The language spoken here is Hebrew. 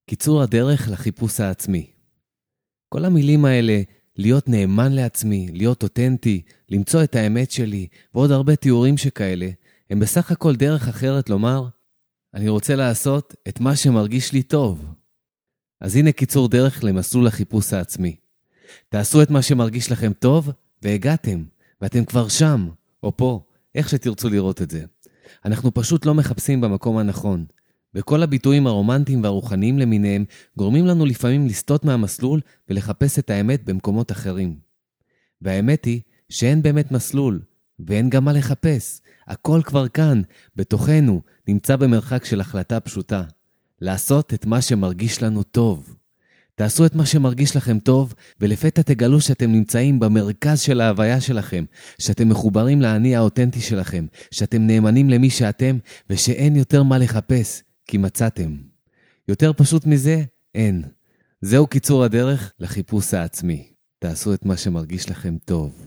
קיצור הדרך לחיפוש העצמי. כל המילים האלה, להיות נאמן לעצמי, להיות אותנטי, למצוא את האמת שלי, ועוד הרבה תיאורים שכאלה, הם בסך הכל דרך אחרת לומר, אני רוצה לעשות את מה שמרגיש לי טוב. אז הנה קיצור דרך למסלול החיפוש העצמי. תעשו את מה שמרגיש לכם טוב, והגעתם, ואתם כבר שם, או פה, איך שתרצו לראות את זה. אנחנו פשוט לא מחפשים במקום הנכון. וכל הביטויים הרומנטיים והרוחניים למיניהם גורמים לנו לפעמים לסטות מהמסלול ולחפש את האמת במקומות אחרים. והאמת היא שאין באמת מסלול, ואין גם מה לחפש. הכל כבר כאן, בתוכנו, נמצא במרחק של החלטה פשוטה. לעשות את מה שמרגיש לנו טוב. תעשו את מה שמרגיש לכם טוב, ולפתע תגלו שאתם נמצאים במרכז של ההוויה שלכם, שאתם מחוברים לאני האותנטי שלכם, שאתם נאמנים למי שאתם, ושאין יותר מה לחפש, כי מצאתם. יותר פשוט מזה, אין. זהו קיצור הדרך לחיפוש העצמי. תעשו את מה שמרגיש לכם טוב.